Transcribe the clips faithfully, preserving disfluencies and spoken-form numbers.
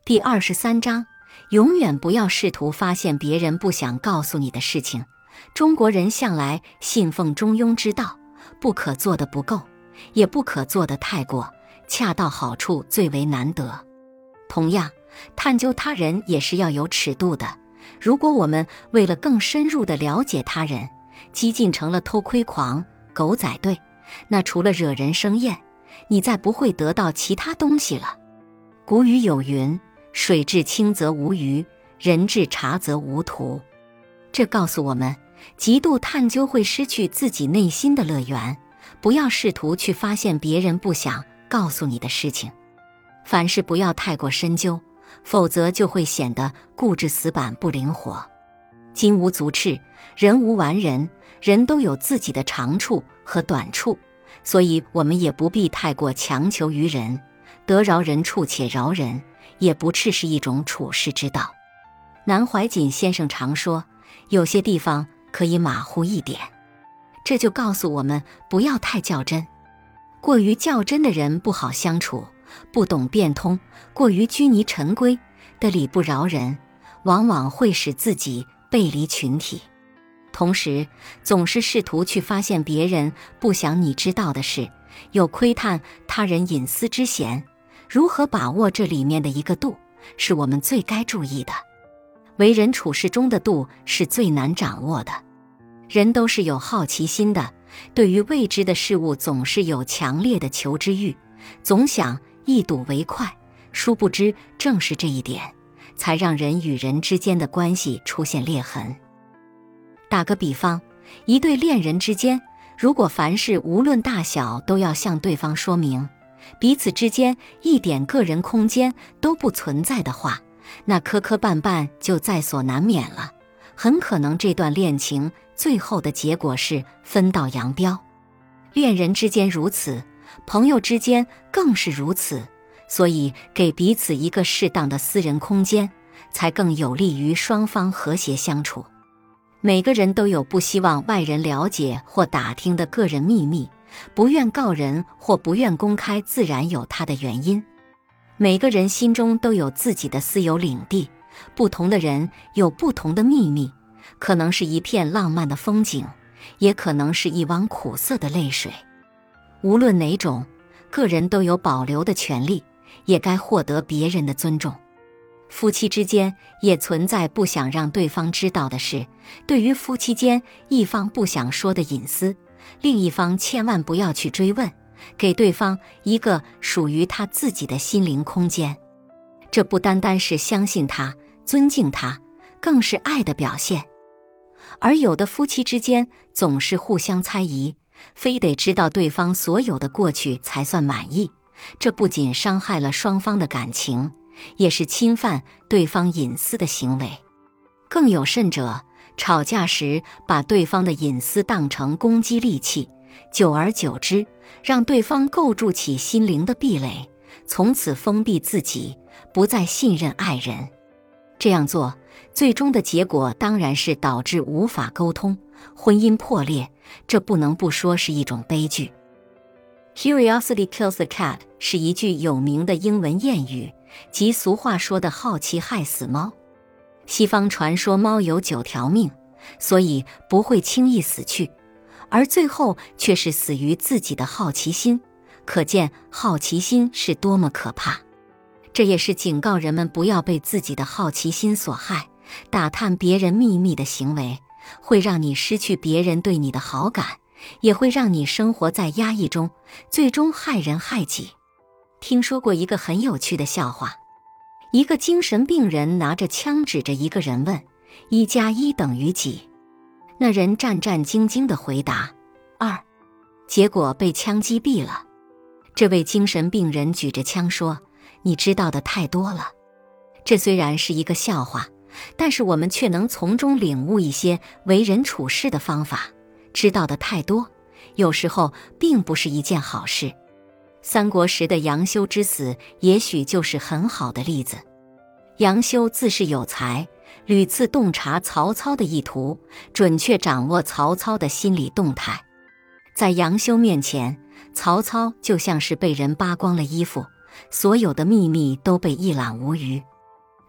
第二十三章，永远不要试图发现别人不想告诉你的事情。中国人向来信奉中庸之道，不可做的不够，也不可做的太过，恰到好处最为难得。同样，探究他人也是要有尺度的。如果我们为了更深入地了解他人，激进成了偷窥狂、狗仔队，那除了惹人生厌，你再不会得到其他东西了。古语有云：水至清则无鱼，人至察则无徒。这告诉我们，极度探究会失去自己内心的乐园。不要试图去发现别人不想告诉你的事情。凡事不要太过深究，否则就会显得固执死板不灵活。金无足赤，人无完人，人都有自己的长处和短处，所以我们也不必太过强求于人。得饶人处且饶人，也不啻是一种处世之道。南怀瑾先生常说，有些地方可以马虎一点，这就告诉我们不要太较真。过于较真的人不好相处，不懂变通，过于拘泥陈规的理不饶人，往往会使自己背离群体。同时，总是试图去发现别人不想你知道的事，有窥探他人隐私之嫌。如何把握这里面的一个度，是我们最该注意的。为人处事中的度是最难掌握的。人都是有好奇心的，对于未知的事物总是有强烈的求知欲，总想一睹为快。殊不知，正是这一点，才让人与人之间的关系出现裂痕。打个比方，一对恋人之间，如果凡事无论大小都要向对方说明，彼此之间一点个人空间都不存在的话，那磕磕绊绊就在所难免了。很可能这段恋情最后的结果是分道扬镳。恋人之间如此，朋友之间更是如此，所以给彼此一个适当的私人空间，才更有利于双方和谐相处。每个人都有不希望外人了解或打听的个人秘密，不愿告人或不愿公开，自然有他的原因。每个人心中都有自己的私有领地，不同的人有不同的秘密，可能是一片浪漫的风景，也可能是一汪苦涩的泪水。无论哪种，个人都有保留的权利，也该获得别人的尊重。夫妻之间也存在不想让对方知道的事，对于夫妻间一方不想说的隐私，另一方千万不要去追问，给对方一个属于他自己的心灵空间。这不单单是相信他、尊敬他，更是爱的表现。而有的夫妻之间总是互相猜疑，非得知道对方所有的过去才算满意，这不仅伤害了双方的感情，也是侵犯对方隐私的行为。更有甚者，吵架时把对方的隐私当成攻击利器，久而久之，让对方构筑起心灵的壁垒，从此封闭自己，不再信任爱人。这样做，最终的结果当然是导致无法沟通，婚姻破裂，这不能不说是一种悲剧。Curiosity kills the cat 是一句有名的英文谚语，即俗话说的好奇害死猫。西方传说猫有九条命，所以不会轻易死去，而最后却是死于自己的好奇心，可见好奇心是多么可怕。这也是警告人们不要被自己的好奇心所害，打探别人秘密的行为，会让你失去别人对你的好感，也会让你生活在压抑中，最终害人害己。听说过一个很有趣的笑话，一个精神病人拿着枪指着一个人问：一加一等于几？那人战战兢兢地回答：二。结果被枪击毙了。这位精神病人举着枪说：你知道的太多了。这虽然是一个笑话，但是我们却能从中领悟一些为人处事的方法。知道的太多，有时候并不是一件好事。三国时的杨修之死，也许就是很好的例子。杨修自是有才，屡次洞察曹操的意图，准确掌握曹操的心理动态。在杨修面前，曹操就像是被人扒光了衣服，所有的秘密都被一览无余。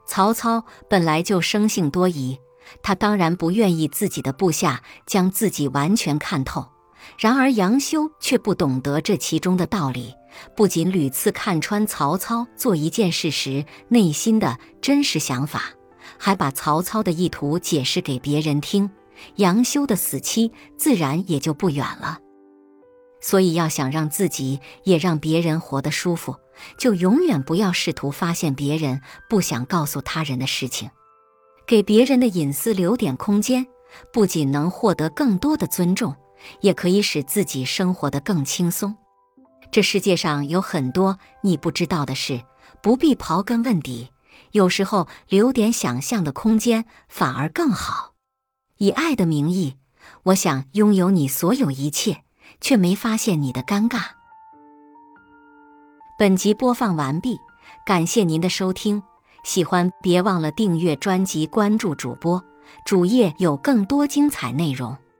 曹操本来就生性多疑，他当然不愿意自己的部下将自己完全看透。然而杨修却不懂得这其中的道理，不仅屡次看穿曹操做一件事时内心的真实想法，还把曹操的意图解释给别人听，杨修的死期自然也就不远了。所以要想让自己也让别人活得舒服，就永远不要试图发现别人不想告诉他人的事情。给别人的隐私留点空间，不仅能获得更多的尊重，也可以使自己生活得更轻松。这世界上有很多你不知道的事，不必刨根问底，有时候留点想象的空间反而更好。以爱的名义，我想拥有你所有一切，却没发现你的尴尬。本集播放完毕，感谢您的收听，喜欢别忘了订阅专辑，关注主播，主页有更多精彩内容。